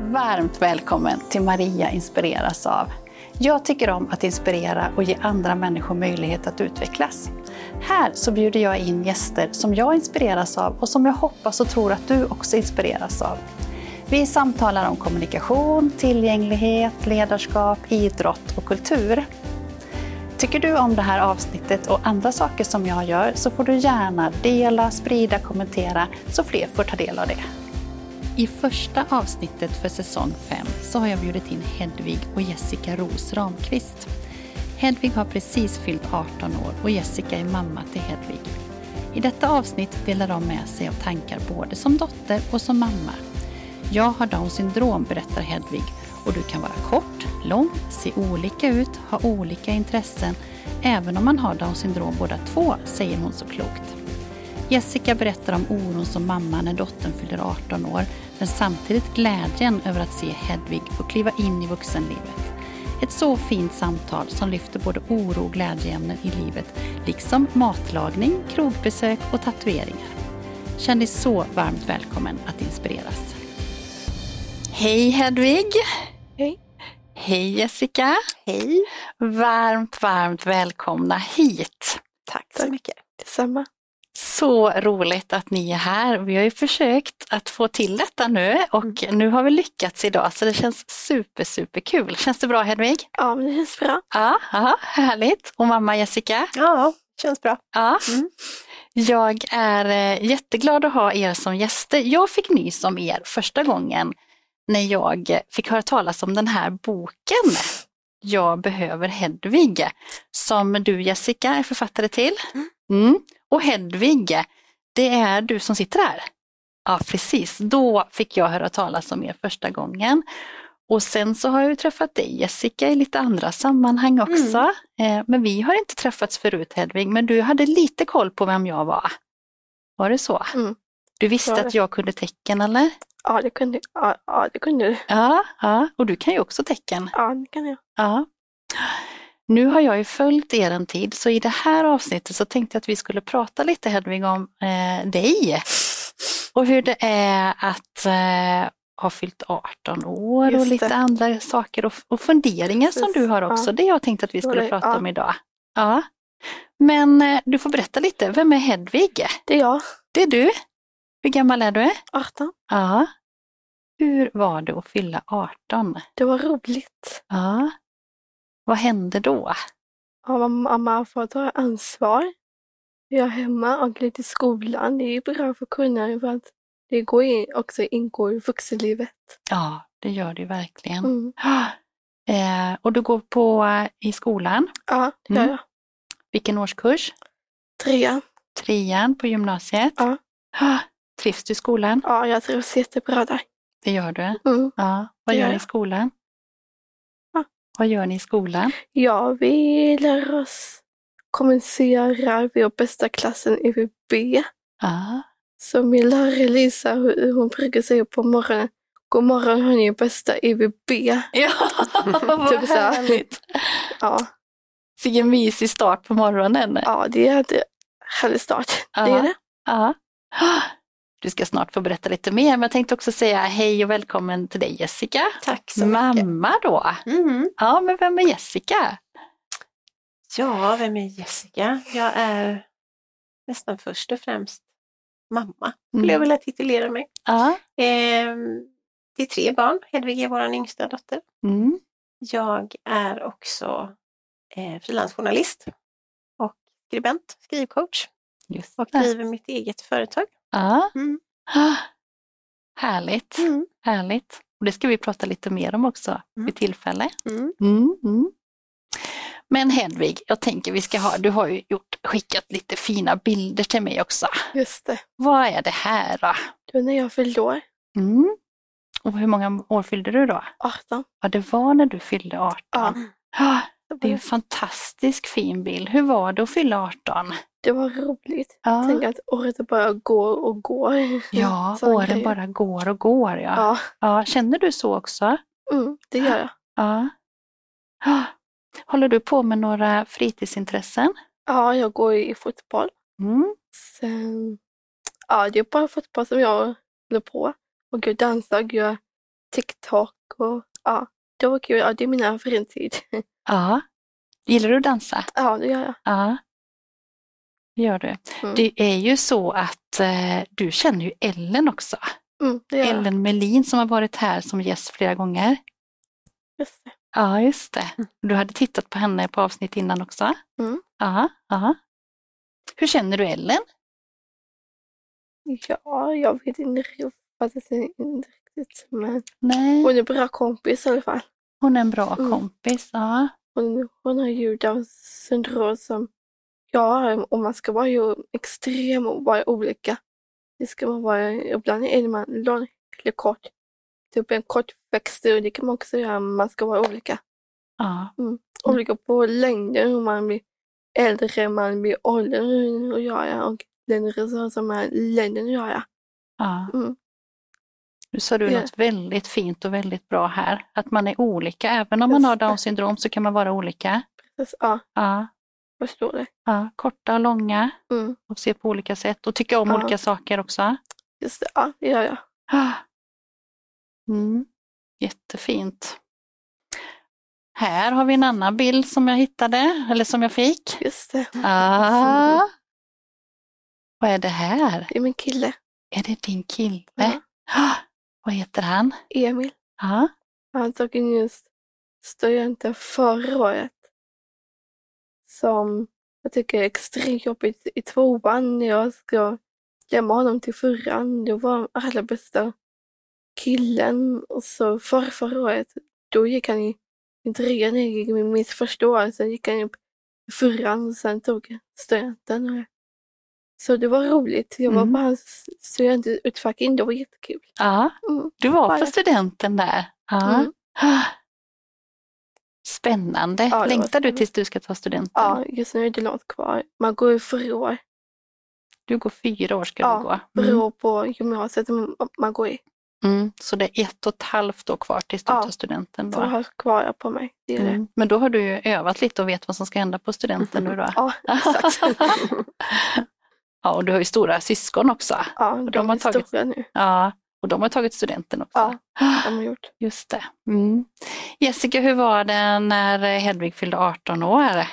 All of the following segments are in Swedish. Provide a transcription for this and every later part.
Varmt välkommen till Maria inspireras av. Jag tycker om att inspirera och ge andra människor möjlighet att utvecklas. Här så bjuder jag in gäster som jag inspireras av och som jag hoppas och tror att du också inspireras av. Vi samtalar om kommunikation, tillgänglighet, ledarskap, idrott och kultur. Tycker du om det här avsnittet och andra saker som jag gör så får du gärna dela, sprida, kommentera så fler får ta del av det. I första avsnittet för säsong 5 så har jag bjudit in Hedvig och Jessica Ros Ramqvist. Hedvig har precis fyllt 18 år och Jessica är mamma till Hedvig. I detta avsnitt delar de med sig av tankar både som dotter och som mamma. Jag har Downs syndrom, berättar Hedvig, och du kan vara kort, lång, se olika ut, ha olika intressen, även om man har Downs syndrom båda två, säger hon så klokt. Jessica berättar om oron som mamma när dottern fyller 18 år, men samtidigt glädjen över att se Hedvig få kliva in i vuxenlivet. Ett så fint samtal som lyfter både oro och glädjeämnen i livet, liksom matlagning, krogbesök och tatueringar. Känn dig så varmt välkommen att inspireras. Hej Hedvig! Hej! Hej Jessica! Hej! Varmt välkomna hit! Tack så mycket! Detsamma! Så roligt att ni är här. Vi har ju försökt att få till detta nu och nu har vi lyckats idag, så det känns superkul. Känns det bra Hedvig? Ja, men det känns bra. Ja, härligt. Och mamma Jessica? Ja, känns bra. Ja. Jag är jätteglad att ha er som gäster. Jag fick nys om er första gången när jag fick höra talas om den här boken. Jag behöver Hedvig, som du Jessica är författare till. Och Hedvig, det är du som sitter här. Ja, precis. Då fick jag höra talas om er första gången. Och sen så har jag ju träffat dig Jessica i lite andra sammanhang också. Men vi har inte träffats förut Hedvig, men du hade lite koll på vem jag var. Var det så? Du visste att jag kunde tecken, eller? Ja, det kunde du. Ja, och du kan ju också tecken. Ja, det kan jag. Ja. Nu har jag ju följt er en tid, så i det här avsnittet så tänkte jag att vi skulle prata lite Hedvig om dig. Och hur det är att ha fyllt 18 år. Just och lite det. Andra saker och funderingar som du har också. Det jag tänkte att vi skulle prata om idag. Ja. Men du får berätta lite, vem är Hedvig? Det är jag. Det är du. Hur gammal är du? 18. Ja. Hur var det att fylla 18? Det var roligt. Ja. Vad hände då? Ja, mamma får ta ansvar. Jag är hemma och lite i skolan. Det är bra för kunna för att det också ingår i vuxenlivet. Ja, det gör det verkligen. Och du går i skolan? Ja, det gör jag. Vilken årskurs? 3:an. 3:an på gymnasiet? Ja. Trivs du i skolan? Ja, jag trivs jättebra där. Det gör du? Ja. Vad gör ni i skolan? Vad gör ni i skolan? Ja, vi lär oss kommunicera. Vi har bästa klassen EVB. Så min lärare Lisa, hon brukar säga på morgonen: god morgon hörni, bästa EVB. Ja, vad typ härligt. Ja. Vilken mysig start på morgonen. Ja, det är en härlig start. Det är det. Ja. Du ska snart få berätta lite mer, men jag tänkte också säga hej och välkommen till dig Jessica. Tack så mycket. Mamma då. Ja, men vem är Jessica? Ja, vem är Jessica? Jag är nästan först och främst mamma, skulle jag vilja titulera mig. Det är 3 barn. Hedvig är vår yngsta dotter. Jag är också frilansjournalist och skribent, skrivcoach. Och driver mitt eget företag. Härligt. Härligt. Och det ska vi prata lite mer om också vid tillfälle. Men Hedvig, jag tänker du har ju skickat lite fina bilder till mig också. Just det. Vad är det här då? Det var när jag fyllde år. Och hur många år fyllde du då? 18. Ja, det var när du fyllde 18. Ja. Det är en fantastisk fin bild. Hur var det att fylla 18? Det var roligt. Jag tänker att året bara går och går. Ja, åren bara går och går. Ja. Känner du så också? Det gör jag. Ja. Håller du på med några fritidsintressen? Ja, jag går i fotboll. Sen, det är bara fotboll som jag håller på. Och jag dansar, jag TikTok och det var kul. Ja, det är mina fritid. Ja. Gillar du att dansa? Ja, det gör jag. Ja. Det gör du. Det är ju så att du känner ju Ellen också. Det gör jag. Ellen Melin som har varit här som gäst flera gånger. Just det. Ja, just det. Du hade tittat på henne på avsnitt innan också? Ja. Hur känner du Ellen? Ja, jag vet inte riktigt, men Nej. hon är en bra kompis i alla fall. Hon är en bra kompis, ja. Hon har ju Downs syndrom som jag har, och man ska vara ju extrem och vara olika. Det ska man vara, ibland är man lång eller kort. Typ en kortväxt, och det kan man också göra, man ska vara olika. Ja. Olika på längden, och man blir äldre, man blir åldern och och längre som är längden och Ja. Nu sa du något väldigt fint och väldigt bra här. Att man är olika. Även om man har Downs syndrom så kan man vara olika. Precis, ja. Ja. Förstår det. Ja, korta och långa. Och se på olika sätt. Och tycka om olika saker också. Just det, ja, det gör jag. Jättefint. Här har vi en annan bild som jag hittade. Eller som jag fick. Just det. Vad är det här? Det är min kille. Är det din kille? Vad heter han? Emil. Ja. Han tog in just studenten förra året. Som jag tycker är extremt jobbigt i 2:an när jag ska lämna honom till 4:an. Det var allra bästa killen. Och så förra året, då gick han i 3:an i mitt första år. Sen gick han i 4:an och sen tog studenten. Så det var roligt. Jag var på hans studentutfackning, det var jättekul. Ja, du var på studenten där. Ja. Spännande. Ja, längtar du tills du ska ta studenten? Ja, just nu är det långt kvar. Man går ju 4 år. Du går 4 år ska du gå. 4 år på gymnasiet man går i. Så det är 1,5 år kvar tills du tar studenten då? Ja, har kvar på mig. Det är det. Men då har du ju övat lite och vet vad som ska hända på studenten nu då? Ja, exakt. Ja, och du har ju stora syskon också. Ja, och de har tagit stora nu. Ja, och de har tagit studenten också. Ja, de har gjort. Just det. Jessica, hur var det när Hedvig fyllde 18 år?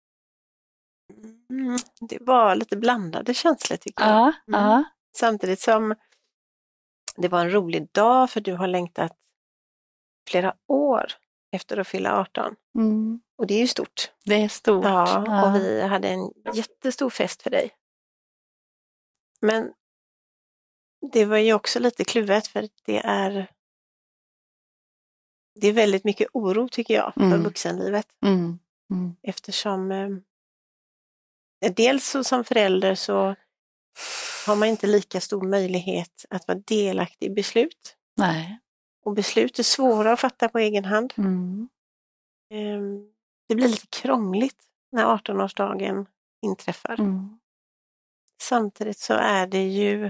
Det var lite blandade känslor tycker jag. Ja. Samtidigt som det var en rolig dag, för du har längtat flera år efter att fylla 18. Och det är ju stort. Det är stort. Ja, och vi hade en jättestor fest för dig. Men det var ju också lite kluvet, för det är väldigt mycket oro tycker jag för vuxenlivet. Eftersom dels så som förälder så har man inte lika stor möjlighet att vara delaktig i beslut. Nej. Och beslut är svåra att fatta på egen hand. Det blir lite krångligt när 18-årsdagen inträffar. Samtidigt så är det ju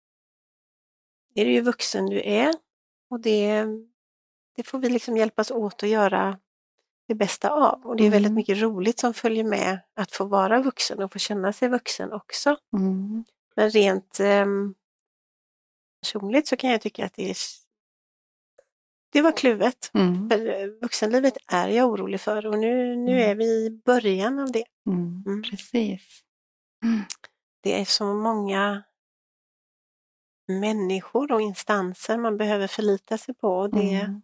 vuxen du är, och det får vi liksom hjälpas åt att göra det bästa av. Och det är väldigt mycket roligt som följer med att få vara vuxen och få känna sig vuxen också. Men rent personligt så kan jag tycka att det var kluvet. För vuxenlivet är jag orolig för, och nu är vi i början av det. Precis. Det är så många människor och instanser man behöver förlita sig på, och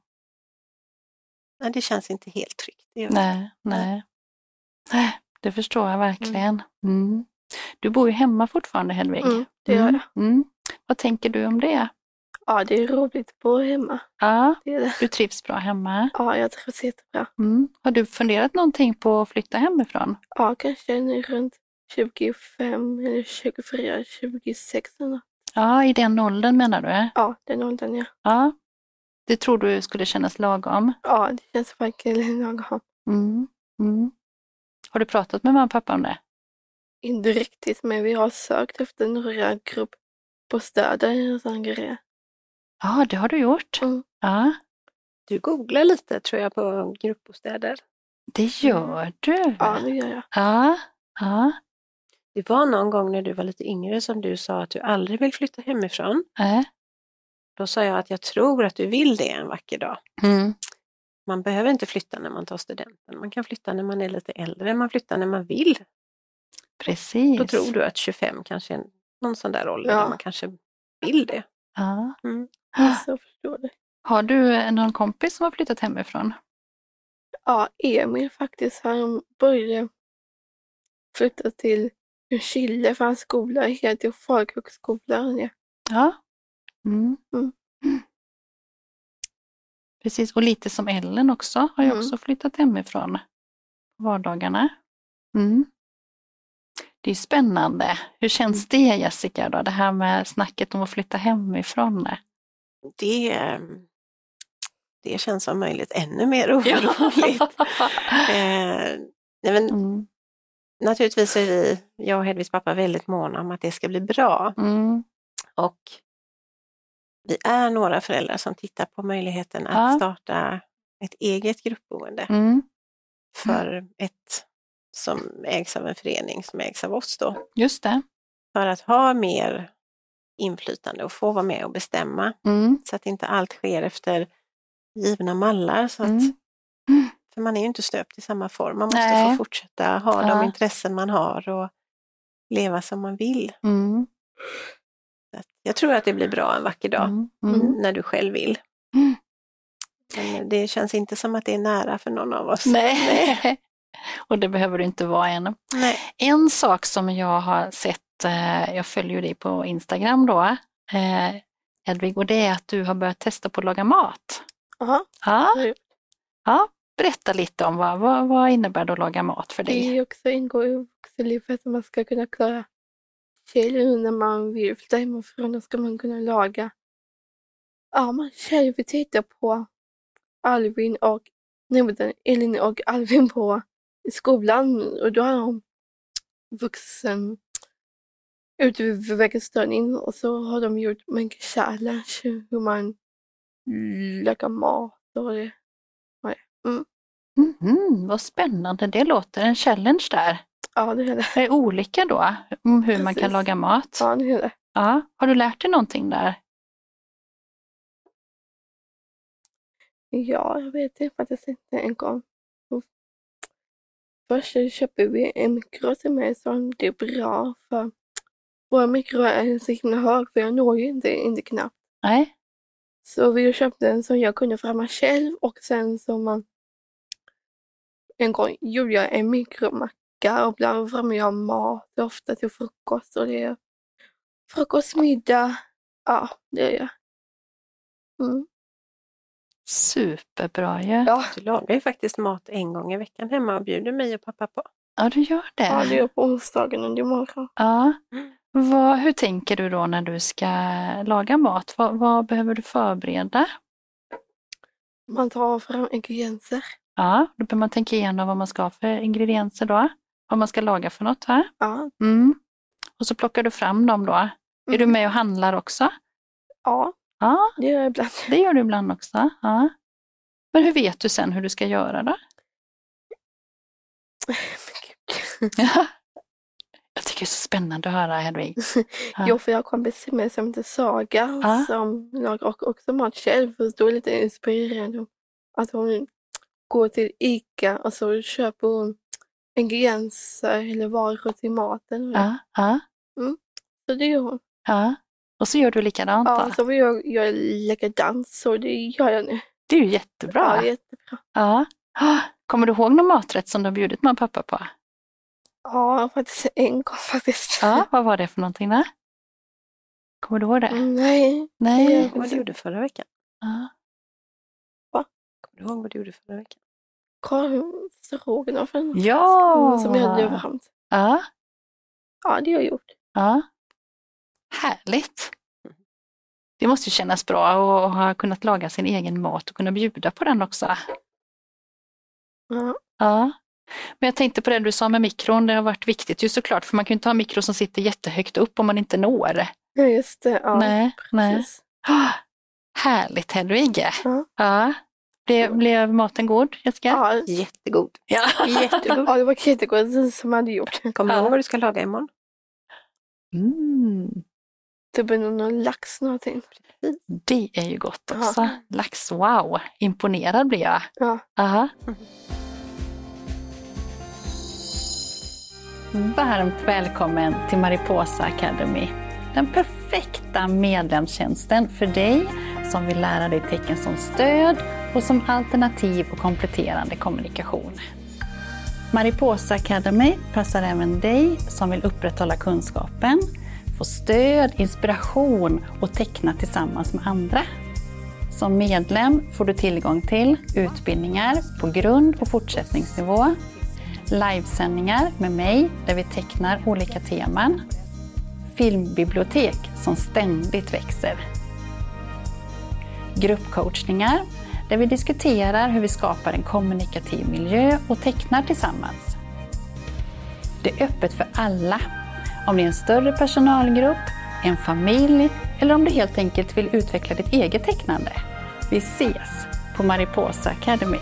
det känns inte helt tryggt. Nej, det förstår jag verkligen. Du bor ju hemma fortfarande, Hedvig. Det gör jag. Vad tänker du om det? Ja, det är roligt att bo hemma. Ja, det är det. Du trivs bra hemma? Ja, jag trivs jättebra. Har du funderat någonting på att flytta hemifrån? Ja, kanske runt 25 eller 24, 26 eller något. Ja, i den åldern menar du? Ja, den åldern, ja. Ja, det tror du skulle kännas lagom? Ja, det känns verkligen lagom. Har du pratat med mamma och pappa om det? Inte riktigt, men vi har sökt efter några gruppbostäder och sån grejer. Ja, det har du gjort. Ja. Du googlar lite tror jag på gruppbostäder. Det gör du? Ja, det gör jag. Ja. Det var någon gång när du var lite yngre som du sa att du aldrig vill flytta hemifrån. Då sa jag att jag tror att du vill det en vacker dag. Man behöver inte flytta när man tar studenten. Man kan flytta när man är lite äldre. Man flyttar när man vill. Precis. Då tror du att 25 kanske är någon sån där ålder där man kanske vill det. Ja. Så förstår det. Har du någon kompis som har flyttat hemifrån? Ja, Emil faktiskt. Han började flytta till Chile för hans skola heter folkhögskolan. Ja. Precis, och lite som Ellen också har jag också flyttat hemifrån på vardagarna. Det är spännande. Hur känns det, Jessica, då? Det här med snacket om att flytta hemifrån? Det känns som möjligt ännu mer oroligt. Naturligtvis är jag och Hedvigs pappa väldigt måna om att det ska bli bra. Och vi är några föräldrar som tittar på möjligheten att starta ett eget gruppboende för ett som ägs av en förening som ägs av oss då. Just det. För att ha mer inflytande och få vara med och bestämma så att inte allt sker efter givna mallar. Så att, för man är ju inte stöpt i samma form. Man måste få fortsätta ha de intressen man har och leva som man vill. Jag tror att det blir bra en vacker dag när du själv vill. Men det känns inte som att det är nära för någon av oss. Nej. Och det behöver det inte vara än. Nej. En sak som jag har sett, jag följer ju dig på Instagram då, Hedvig, och det är att du har börjat testa på att laga mat. Ja, berätta lite om vad innebär det att laga mat för dig? Det också ingår i vuxenlivet att man ska kunna klara själv när man vill flytta hemifrån. Då ska man kunna laga. Ja, man själv tittar på Elin och Alvin på i skolan och då har de vuxen utvecklingsstörning och så har de gjort en challenge hur man lagar mat och det. Vad spännande, det låter en challenge där. Ja, det är det. Det är olika då, om hur man kan laga mat. Ja, det är det. Ja. Har du lärt dig någonting där? Ja, jag vet det faktiskt inte en gång. Först köper vi en mikro till mig som det är bra för vår mikro är så himla hög för jag når ju inte knappt. Nej. Så vi köpte en som jag kunde framma själv och sen så en gång gjorde jag en mikromacka och ibland framme jag mat ofta till frukost och det är frukost, middag, ja det är jag. Superbra ju. Ja. Du lagar ju faktiskt mat en gång i veckan hemma och bjuder mig och pappa på. Ja, du gör det. Ja, det är på onsdagen och det är morgon. Ja. Hur tänker du då när du ska laga mat? Vad behöver du förbereda? Man tar fram ingredienser. Ja, då behöver man tänka igenom vad man ska ha för ingredienser då. Vad man ska laga för något här. Ja. Och så plockar du fram dem då. Är du med och handlar också? Ja. Ja, det gör jag ibland. Det gör du ibland också. Ja. Men hur vet du sen hur du ska göra då? Jag tycker det är så spännande att höra, Hedvig. Jo, för jag har kompisar med som heter Saga som lagar också mat själv. Och då är lite inspirerande att hon går till Ica och så köper hon ingredienser eller varor till maten. Så det gör hon. Ja. Och så gör du likadant då? Ja, så jag gör likadant så det gör jag nu. Det är ju jättebra. Ja, jättebra. Ja. Kommer du ihåg någon maträtt som du har bjudit mamma och pappa på? Ja, faktiskt en gång faktiskt. Ja, vad var det för någonting där? Kommer du ihåg det? Nej. Vad du gjorde förra veckan? Ja. Va? Kommer du ihåg vad du gjorde förra veckan? Korvstroganoff. Ja! Som jag hade varmt. Ja. Ja, det har jag gjort. Ja. Härligt. Det måste ju kännas bra att ha kunnat laga sin egen mat och kunna bjuda på den också. Ja. Men jag tänkte på det du sa med mikron, det har varit viktigt ju såklart, för man kan ju inte ha mikro som sitter jättehögt upp om man inte når. Ja, just det. Ja, nej. Härligt, Hedvig. Ja. Blev maten god, Jessica? Ja, jättegod. Ja, jättegod. Ja, det var jättegod som jag hade gjort. Kommer du ihåg vad du ska laga imorgon? Det blir någon lax någonting. Det är ju gott också. Ja. Lax, wow. Imponerad blir jag. Ja. Aha. Varmt välkommen till Mariposa Academy. Den perfekta medlemstjänsten för dig som vill lära dig tecken som stöd och som alternativ och kompletterande kommunikation. Mariposa Academy passar även dig som vill upprätthålla kunskapen, få stöd, inspiration och teckna tillsammans med andra. Som medlem får du tillgång till utbildningar på grund- och fortsättningsnivå, livesändningar med mig där vi tecknar olika teman, filmbibliotek som ständigt växer, gruppcoachningar där vi diskuterar hur vi skapar en kommunikativ miljö och tecknar tillsammans. Det är öppet för alla, om det är en större personalgrupp, en familj eller om du helt enkelt vill utveckla ditt eget tecknande. Vi ses på Mariposa Academy.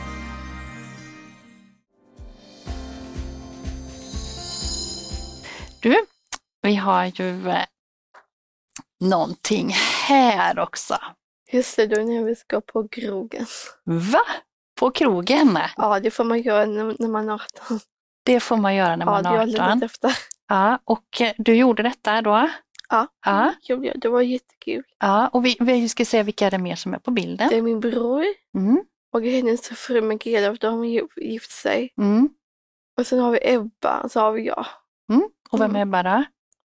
Du, vi har ju någonting här också. Just det, då när vi ska på krogen. Va? På krogen? Ja, det får man göra när man är 18. Det får man göra när man är 18. Ja, det efter. Ja, och du gjorde detta då? Ja, det var jättekul. Ja, och vi ska se vilka är det mer som är på bilden. Det är min bror och hennes fru Mikaela, de har gift sig. Och sen har vi Ebba, och så har vi jag. Och vem är Ebba då?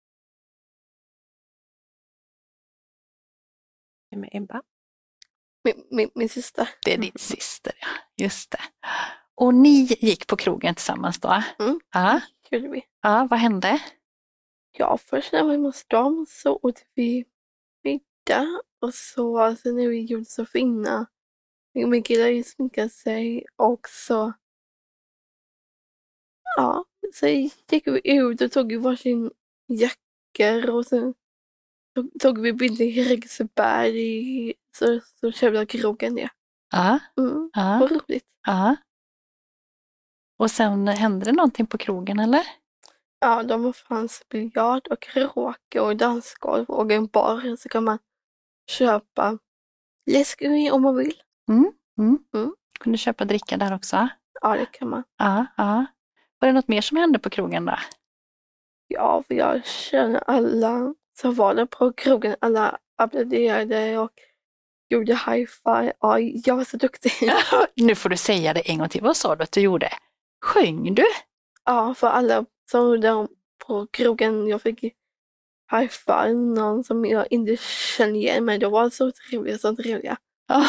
Vem är Ebba? Min syster. Det är din syster, ja. Just det. Och ni gick på krogen tillsammans då? Ja, gjorde vi. Ja, vad hände? Ja, först när vi var hos dem så åt vi middag och så när vi gjorde så fina. Min kille sminkade sig och så gick vi ut och tog varsin jackor och sen tog vi bilder i Riksberg så köpte krogen det. Ja. Vad roligt. Ja. Och sen hände det någonting på krogen eller? Ja, de fanns biljard och karaoke och dansgolv och en bar, så kan man köpa läsk om man vill. Kunde du köpa dricka där också? Ja, det kan man. Ja. Var det något mer som hände på krogen då? Ja, för jag känner alla som var där på krogen, alla applåderade och gjorde high-five. Ja, jag var så duktig. Nu får du säga det en gång till. Vad sa du att du gjorde? Sjöng du? Ja, för alla som där på krogen, jag fick high-five någon som jag inte känner igen, men det var så trevliga.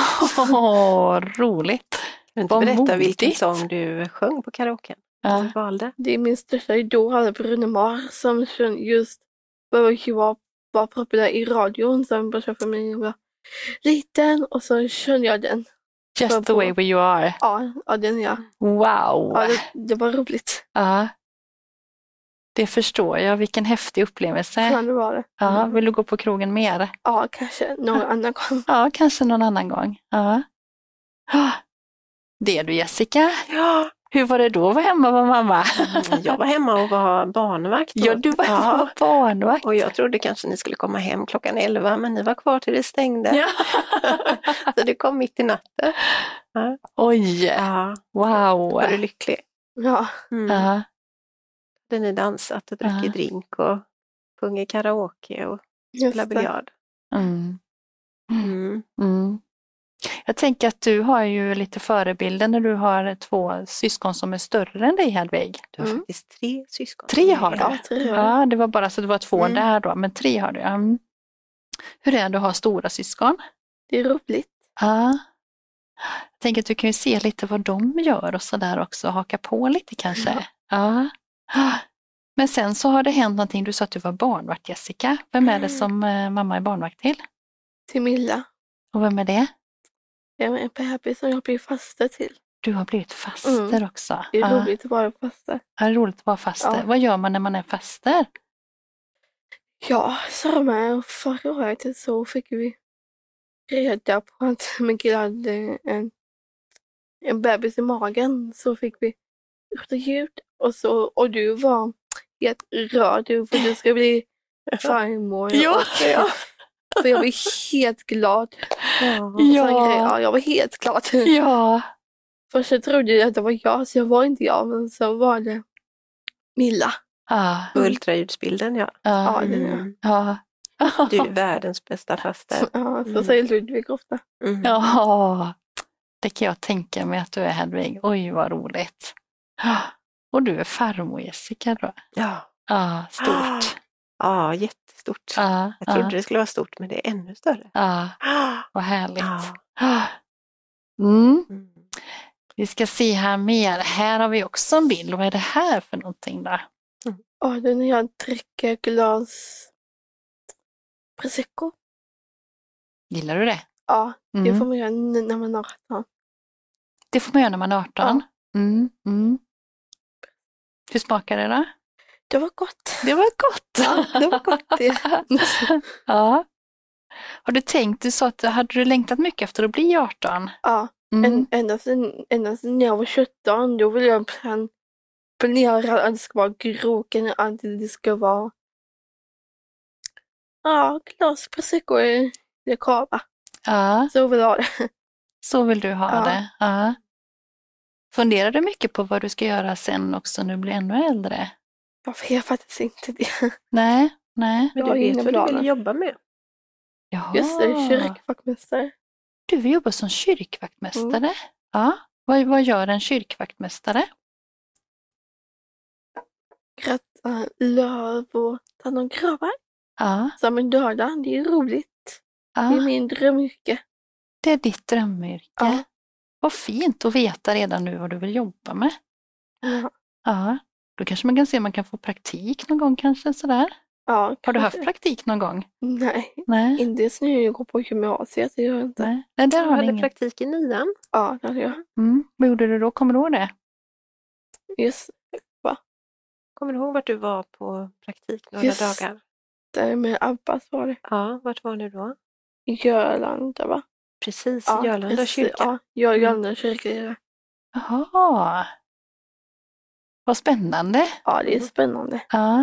Roligt. Du inte berätta vilken sång du sjöng på karaoken? Du valde. Det är min största idol, Bruno Mars, som just var populär i radion, som bara för mig var liten, och så kände jag den. Just the way you are. Ja, den ja. Wow. Ja, det var roligt. Ja. Det förstår jag. Vilken häftig upplevelse. Ja, det var det. Ja, vill du gå på krogen mer? Ja, kanske någon annan gång. Ja, kanske någon annan gång. Ja. Det är du, Jessica. Ja. Hur var det då att vara hemma med mamma? Jag var hemma och var barnvakt. Ja, du var hemma och barnvakt. Och jag trodde kanske ni skulle komma hem klockan 11, men ni var kvar till det stängde. Ja. Så det kom mitt i natten. Ja. Oj, wow. Var du lycklig? Ja. Hade ni dansat och druckit drink och sjungit karaoke och spelat biljard? Jag tänker att du har ju lite förebilder när du har 2 syskon som är större än dig, Hedvig. Du har faktiskt 3 syskon. 3 har du? Ja, 3. Ja, det var bara så det var 2 där då, men 3 har du. Hur är det att ha stora syskon? Det är roligt. Ja. Jag tänker att du kan ju se lite vad de gör och så där också, haka på lite kanske. Ja. Men sen så har det hänt någonting, du sa att du var barnvakt, Jessica. Vem är det som mamma är barnvakt till? Till Milla. Och vem är det? Jag är en bebis som jag blir faster till. Du har blivit faster också. Det är roligt att vara faster. Ja, det är roligt att vara faster. Ja. Vad gör man när man är faster? Ja, förra året så fick vi reda på att min kille hade en bebis i magen, så fick vi ultraljud och du var helt rörd för du ska bli farmor. Ja. För jag var helt glad. Ja. Jag var helt glad. Ja. Först så trodde jag att det var jag, så jag var inte jag. Men så var det Milla. Ultraljudsbilden, ja. Ja, det är jag. Ja. Du är världens bästa faster. Ja, så säger Ludvig ofta. Ja, det kan jag tänka mig att du är, Hedvig. Oj, vad roligt. Och du är farmor Jessica då? Ja. Ja, stort. Ja, jättestort. Jag trodde det skulle vara stort, men det är ännu större. Ja, vad härligt. Ja. Vi ska se här mer. Här har vi också en bild. Vad är det här för någonting då? Det är när jag dricker glas Prosecco. Gillar du det? Ja, det får man göra när man är 18. Det får man göra när man är 18? Ja. Hur smakar det då? Det var gott. Det var gott. Ja, det var gott det. Ja. Har du tänkt, du sa att hade du längtat mycket efter att bli 18? Ja, ända sedan jag var 17, då ville jag planera att det ska vara kroken, att det ska vara glas Prosecco i det kava. Ja. Så vill jag ha det. Så vill du ha det? Ja. Funderar du mycket på vad du ska göra sen också när du blir ännu äldre? Jag vet faktiskt inte det. Nej. Men du vet vad du vill jobba med? Jaha. Just det, kyrkvaktmästare. Du vill jobba som kyrkvaktmästare? Ja. Vad gör en kyrkvaktmästare? Kratta löv och ta någon gravar. Ja. Som en döda, det är roligt. Ja. Det är min drömyrke. Det är ditt drömyrke. Ja. Vad fint att veta redan nu vad du vill jobba med. Ja. Ja. Då kanske man kan se om man kan få praktik någon gång kanske sådär. Ja, har du haft praktik någon gång? Nej. Inte så när jag går på gymnasiet, det gör jag inte. Nej, där har du hade ingen praktik i 9:an? Ja, det hade jag. Vad gjorde du då? Kommer du ihåg det? Just va? Kommer du ihåg vart du var på praktik några dagar? Där med Abbas var det. Ja, vart var du då? I Görlanda, va? Precis, Görlanda kyrka. Ja, Görlanda kyrka är det. Jaha. Vad spännande. Ja, det är spännande. Ja.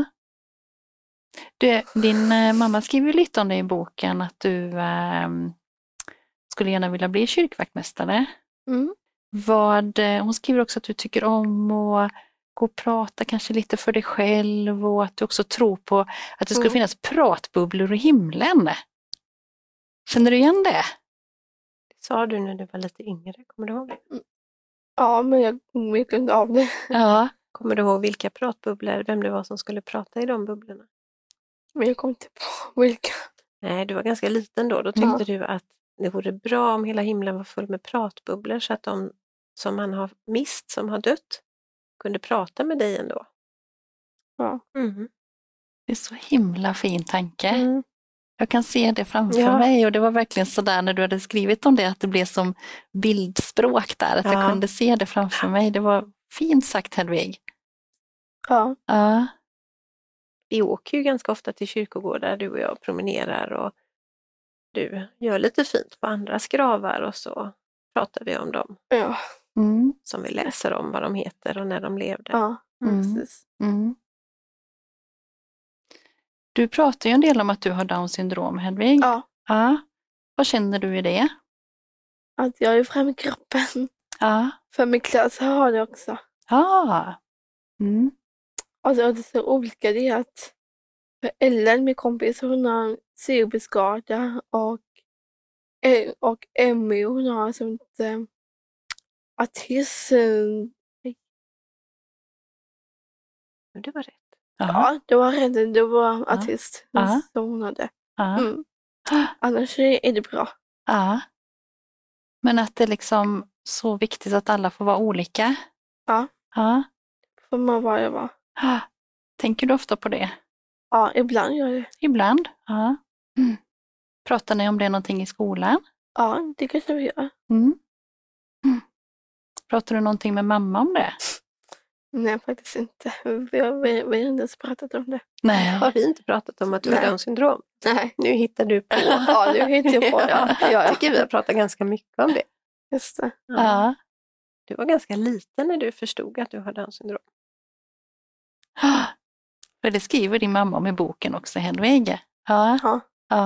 Din mamma skriver ju lite om det i boken att du skulle gärna vilja bli kyrkvaktmästare. Hon skriver också att du tycker om att gå och prata kanske lite för dig själv och att du också tror på att det skulle finnas pratbubblor i himlen. Känner du igen det? Det sa du när du var lite yngre, kommer du ihåg det? Ja, men jag vet inte av det. Ja. Kommer du ihåg vilka pratbubblor, vem det var som skulle prata i de bubblorna? Men jag kom inte på vilka. Nej, du var ganska liten då. Då tyckte du att det vore bra om hela himlen var full med pratbubblor så att de som man har mist, som har dött, kunde prata med dig ändå. Ja. Det är så himla fin tanke. Jag kan se det framför mig och det var verkligen så där när du hade skrivit om det att det blev som bildspråk där, att jag kunde se det framför mig. Det var fint sagt, Hedvig. Ja. Vi åker ju ganska ofta till kyrkogårdar, du och jag promenerar och du gör lite fint på andras gravar och så pratar vi om dem. Ja. Som vi läser om vad de heter och när de levde. Ja, precis. Du pratar ju en del om att du har Downs syndrom, Hedvig. Ja. Vad känner du i det? Att jag är fram i kroppen. Ja. För min klass har det också. Ja. Alltså det är så olika det är att för Ellen, min kompis, hon har CB-skada och Emmy, hon har som autism. Det var rätt. Ja, det var rätt. Det var autist som hon hade. Annars är det bra. Ja. Men att det är liksom så viktigt att alla får vara olika. Ja. Får man vara. Tänker du ofta på det? Ja, ibland gör jag det. Ibland? Ja. Pratar ni om det någonting i skolan? Ja, det kanske vi gör. Pratar du någonting med mamma om det? Nej, faktiskt inte. Vi har inte ens pratat om det. Nej. Har vi inte pratat om att du har Downs syndrom? Nej. Nu hittar du på. Ja, nu hittar jag på. Jag tycker vi har pratat ganska mycket om det. Just det. Ja. Du var ganska liten när du förstod att du har Downs syndrom. För det skriver din mamma om i boken också, Hedvig. Ja.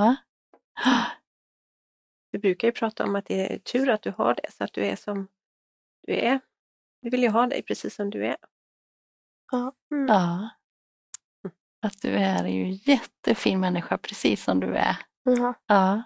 Vi brukar ju prata om att det är tur att du har det, så att du är som du är. Vi vill ju ha dig precis som du är. Ja. Att du är ju jättefin människa precis som du är. Ja.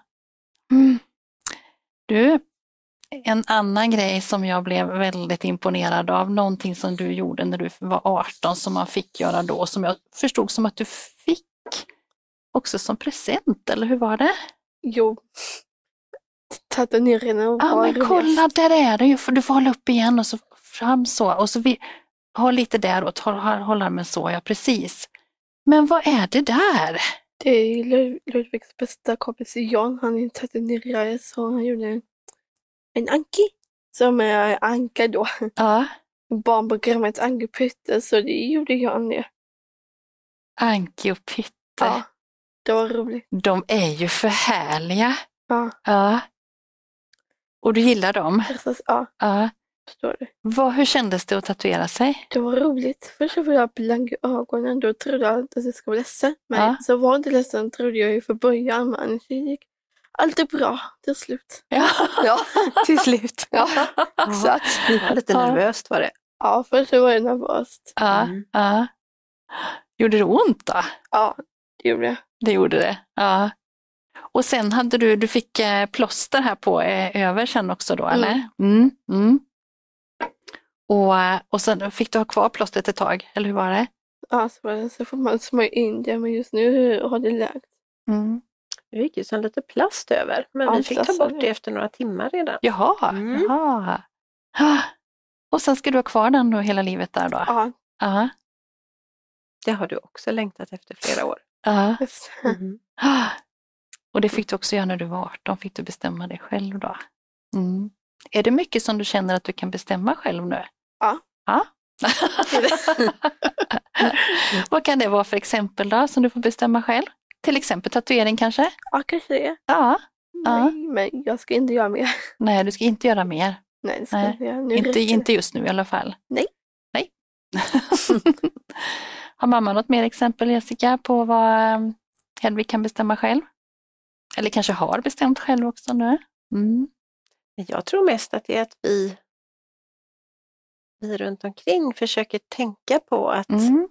Du, en annan grej som jag blev väldigt imponerad av, någonting som du gjorde när du var 18 som man fick göra då, som jag förstod som att du fick också som present, eller hur var det? Jo, tatueringen och men kolla, där är det ju, för du får hålla upp igen och så fram så, och så ha lite där och hålla med så, ja precis. Men vad är det där? Det är Ludvigs bästa kompis Jan, han är tatuerare, så han gjorde en anki som är anka då. Ja. Barnprogrammet Anki och Pytte, så det gjorde Jan det. Anki och Pytte. Ja, det var roligt. De är ju för härliga. Ja. Och du gillar dem? Precis, ja. Förstår du. Hur kändes det att tatuera sig? Det var roligt. Först var jag blank i ögonen, då trodde jag att jag skulle vara ledsen. Men så var det ledsen, trodde jag ju för början, men det gick alltid bra till slut. Ja. Till slut. Ja, exakt. Det var lite nervöst var det. Ja, först var det nervöst. Ja. Gjorde det ont då? Ja, det gjorde det. Det gjorde det, ja. Och sen hade du fick plåster här på över sen också då, eller? Och sen fick du ha kvar plåstret ett tag, eller hur var det? Ja, så får man smörja in det, men just nu har det läkt. Det gick ju sen lite plast över, men vi fick ta bort det efter några timmar redan. Jaha. Och sen ska du ha kvar den då hela livet där då? Ja. Det har du också längtat efter flera år. Ja. Och det fick du också göra när du var 18, fick du bestämma det själv då? Är det mycket som du känner att du kan bestämma själv nu? Ja. Vad kan det vara för exempel då som du får bestämma själv? Till exempel tatuering kanske? Ja, kanske det. Ja. Nej, men jag ska inte göra mer. Nej, du ska inte göra mer. Nej, det ska jag inte göra. Inte just nu i alla fall. Nej. Har mamma något mer exempel, Jessica, på vad Hedvig kan bestämma själv? Eller kanske har bestämt själv också nu? Jag tror mest att det är att vi runt omkring försöker tänka på att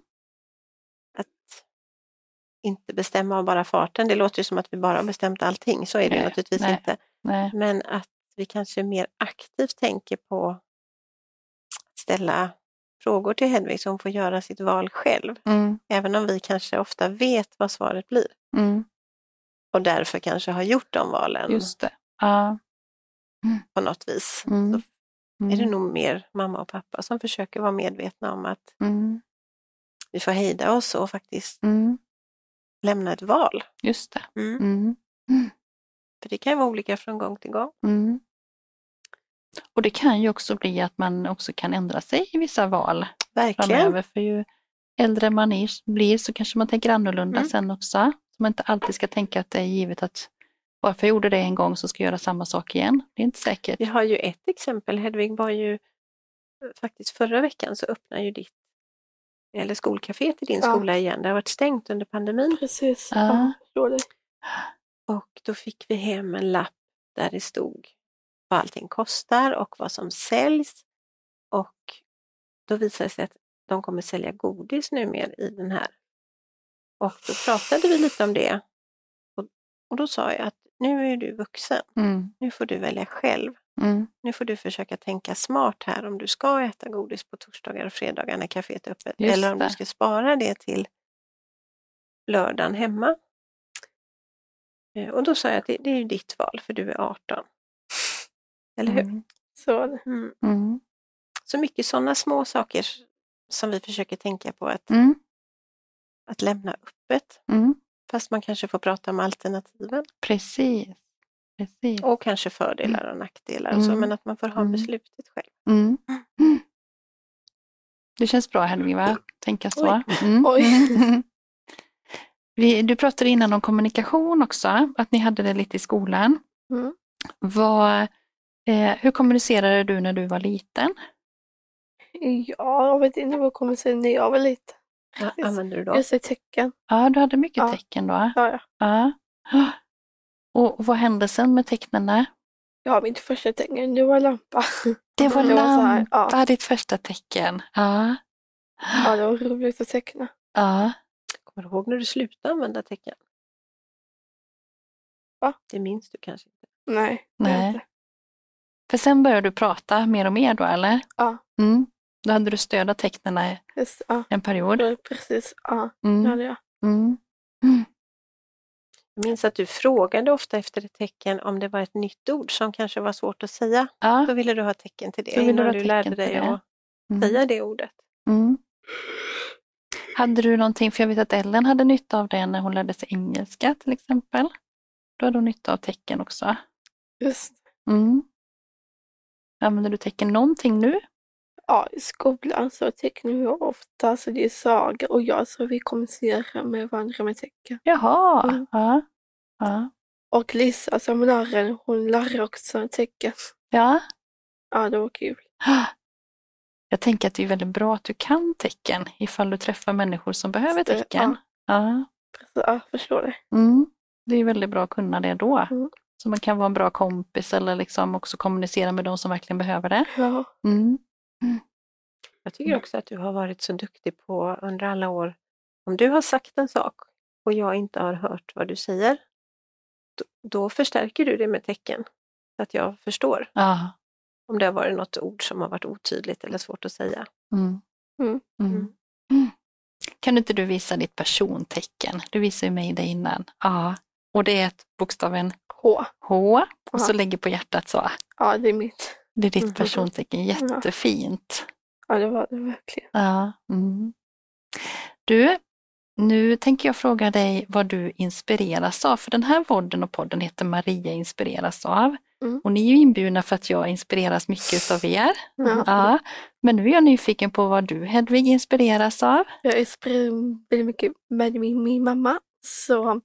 inte bestämma av bara farten. Det låter ju som att vi bara har bestämt allting. Så är det naturligtvis inte. Nej. Men att vi kanske mer aktivt tänker på att ställa frågor till Hedvig så hon får göra sitt val själv. Även om vi kanske ofta vet vad svaret blir. Och därför kanske har gjort de valen. Just det. På något vis. Så är det nog mer mamma och pappa som försöker vara medvetna om att vi får hejda oss och faktiskt lämna ett val. Just det. För det kan ju vara olika från gång till gång. Och det kan ju också bli att man också kan ändra sig i vissa val. Verkligen. Framöver, för ju äldre man blir så kanske man tänker annorlunda sen också. Så man inte alltid ska tänka att det är givet att varför jag gjorde det en gång så ska jag göra samma sak igen. Det är inte säkert. Vi har ju ett exempel. Hedvig var ju faktiskt förra veckan så öppnar ju skolcaféet i din skola igen. Det har varit stängt under pandemin. Precis. Ja, förstår det. Och då fick vi hem en lapp där det stod vad allting kostar och vad som säljs. Och då visade det sig att de kommer sälja godis nu mer i den här. Och då pratade vi lite om det. Och då sa jag att nu är du vuxen. Nu får du välja själv. Nu får du försöka tänka smart här om du ska äta godis på torsdagar och fredagar när kaféet är öppet. Eller om du ska spara det till lördagen hemma. Och då sa jag att det är ju ditt val för du är 18. Eller hur? Så mycket sådana små saker som vi försöker tänka på att lämna öppet. Fast man kanske får prata om alternativen. Precis. Och kanske fördelar och nackdelar. Och så, men att man får ha beslutet själv. Det känns bra, Hedvig, va? Tänka så. Du pratade innan om kommunikation också. Att ni hade det lite i skolan. Hur kommunicerade du när du var liten? Ja, jag vet inte vad jag kommunicerade när jag var liten. använder du då? Jag ser tecken. Ja, du hade mycket tecken då. Ja. Och vad hände sen med tecknen? Ja, mitt första tecken, det var lampa. Det var lampa, ditt första tecken. Ja. Ja, det var roligt att teckna. Ja. Kommer du ihåg när du slutade använda tecken? Va? Det minns du kanske inte? Nej. Inte. För sen började du prata mer och mer då, eller? Ja. Då hade du stöd av tecknen en period. Ja, precis, det hade jag. Jag minns att du frågade ofta efter ett tecken om det var ett nytt ord som kanske var svårt att säga. Ja. Då ville du ha tecken till det innan du lärde dig att säga det ordet. Hade du någonting, för jag vet att Ellen hade nytta av det när hon lärde sig engelska till exempel. Då hade hon nytta av tecken också. Just. Använder du tecken någonting nu? Ja, i skolan så tecknar vi ofta, så det är sagor och jag så vi kommunicerar med varandra med tecken. Jaha, ja. Och Lisa som läraren, hon lär också tecken. Ja. Ja, det var kul. Jag tänker att det är väldigt bra att du kan tecken ifall du träffar människor som behöver tecken. Ja, jag förstår det. Det är väldigt bra att kunna det då. Så man kan vara en bra kompis eller liksom också kommunicera med de som verkligen behöver det. Ja. Jag tycker också att du har varit så duktig på under alla år. Om du har sagt en sak och jag inte har hört vad du säger, då förstärker du det med tecken. Så att jag förstår. Ja. Om det har varit något ord som har varit otydligt eller svårt att säga. Kan inte du visa ditt persontecken? Du visade ju mig det innan. Ja. Och det är bokstaven H. Och så lägger på hjärtat så. Ja, det är mitt. Det är ditt persontecken. Jättefint. Ja, det var det verkligen. Ja. Du, nu tänker jag fråga dig vad du inspireras av. För den här podden heter Maria inspireras av. Och ni är ju inbjudna för att jag inspireras mycket av er. Ja. Men nu är jag nyfiken på vad du, Hedvig, inspireras av. Jag inspireras väldigt mycket med min mamma. Så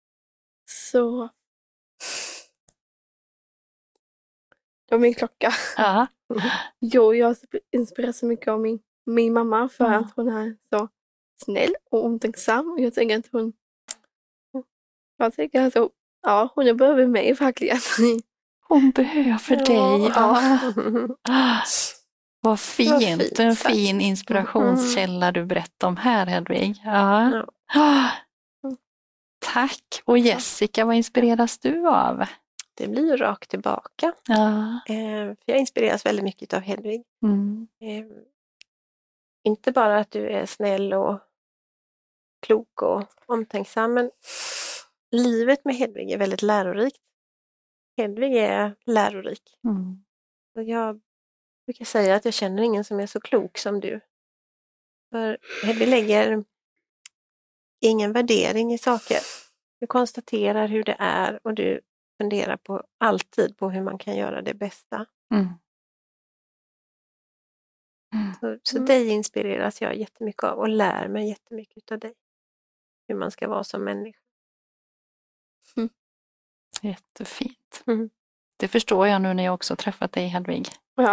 det var min klocka. Ja. Jo, jag inspireras så mycket av min mamma för att hon är så snäll och omtänksam. Jag tänker att hon behöver mig verkligen. Hon behöver dig. Ja. Vad fint. En fin inspirationskälla du berättar om här, Hedvig. Ja. Tack. Och Jessica, vad inspireras du av? Det blir rakt tillbaka. Ja. För jag inspireras väldigt mycket av Hedvig. Inte bara att du är snäll och klok och omtänksam, men livet med Hedvig är väldigt lärorikt. Hedvig är lärorik. Och jag brukar säga att jag känner ingen som är så klok som du. För Hedvig lägger ingen värdering i saker. Du konstaterar hur det är och du funderar alltid på hur man kan göra det bästa. Så dig inspireras jag jättemycket av och lär mig jättemycket av dig. Hur man ska vara som människa. Jättefint. Det förstår jag nu när jag också träffat dig, Hedvig. Ja.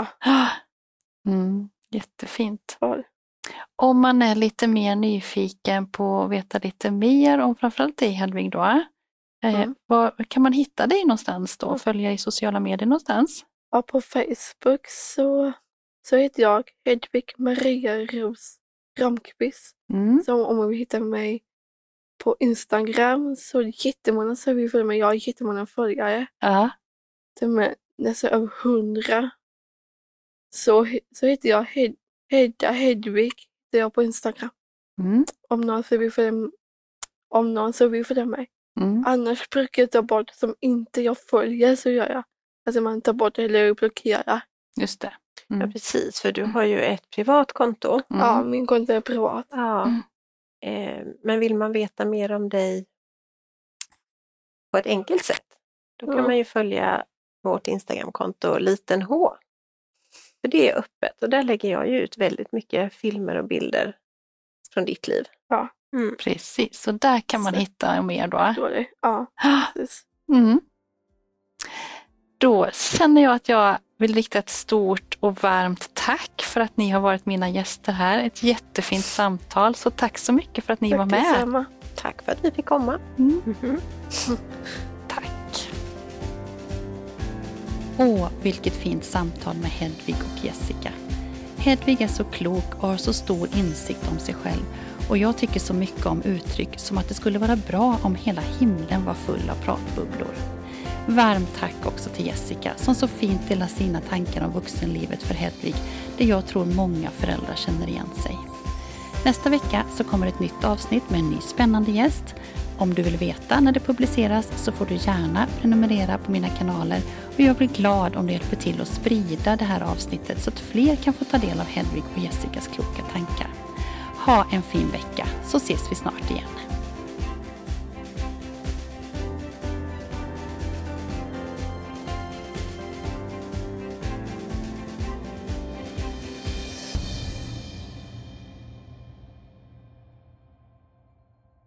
Jättefint. Om man är lite mer nyfiken på att veta lite mer om framförallt dig, Hedvig då. Var kan man hitta dig någonstans då? Följa i sociala medier någonstans? Ja, på Facebook så heter jag Hedvig Maria Ros Ramqvist. Så om man vill hitta mig på Instagram så är det jättemånga som vill följa mig. Jag har jättemånga följare. Ja. De är nästan över 100. Så heter jag Hedda Hedvig. Det är jag på Instagram. Om någon så vill följa mig. Annars brukar jag ta bort som inte jag följer, så gör jag. Alltså man tar bort eller blockerar. Just det. Ja, precis, för du har ju ett privat konto. Ja, min konto är privat. Ja. Men vill man veta mer om dig på ett enkelt sätt, då kan man ju följa vårt Instagramkonto Liten H. För det är öppet och där lägger jag ju ut väldigt mycket filmer och bilder från ditt liv. Ja. Precis, så där kan man hitta mer då. Ja, precis. Då känner jag att jag vill rikta ett stort och varmt tack för att ni har varit mina gäster här. Ett jättefint samtal. Så tack så mycket för att ni var med. Detsamma. Tack för att vi fick komma. Tack. Vilket fint samtal med Hedvig och Jessica. Hedvig är så klok och har så stor insikt om sig själv. Och jag tycker så mycket om uttryck som att det skulle vara bra om hela himlen var full av pratbubblor. Varmt tack också till Jessica som så fint delar sina tankar om vuxenlivet för Hedvig, där jag tror många föräldrar känner igen sig. Nästa vecka så kommer ett nytt avsnitt med en ny spännande gäst. Om du vill veta när det publiceras så får du gärna prenumerera på mina kanaler och jag blir glad om du hjälper till att sprida det här avsnittet så att fler kan få ta del av Hedvig och Jessicas kloka tankar. Ha en fin vecka så ses vi snart igen.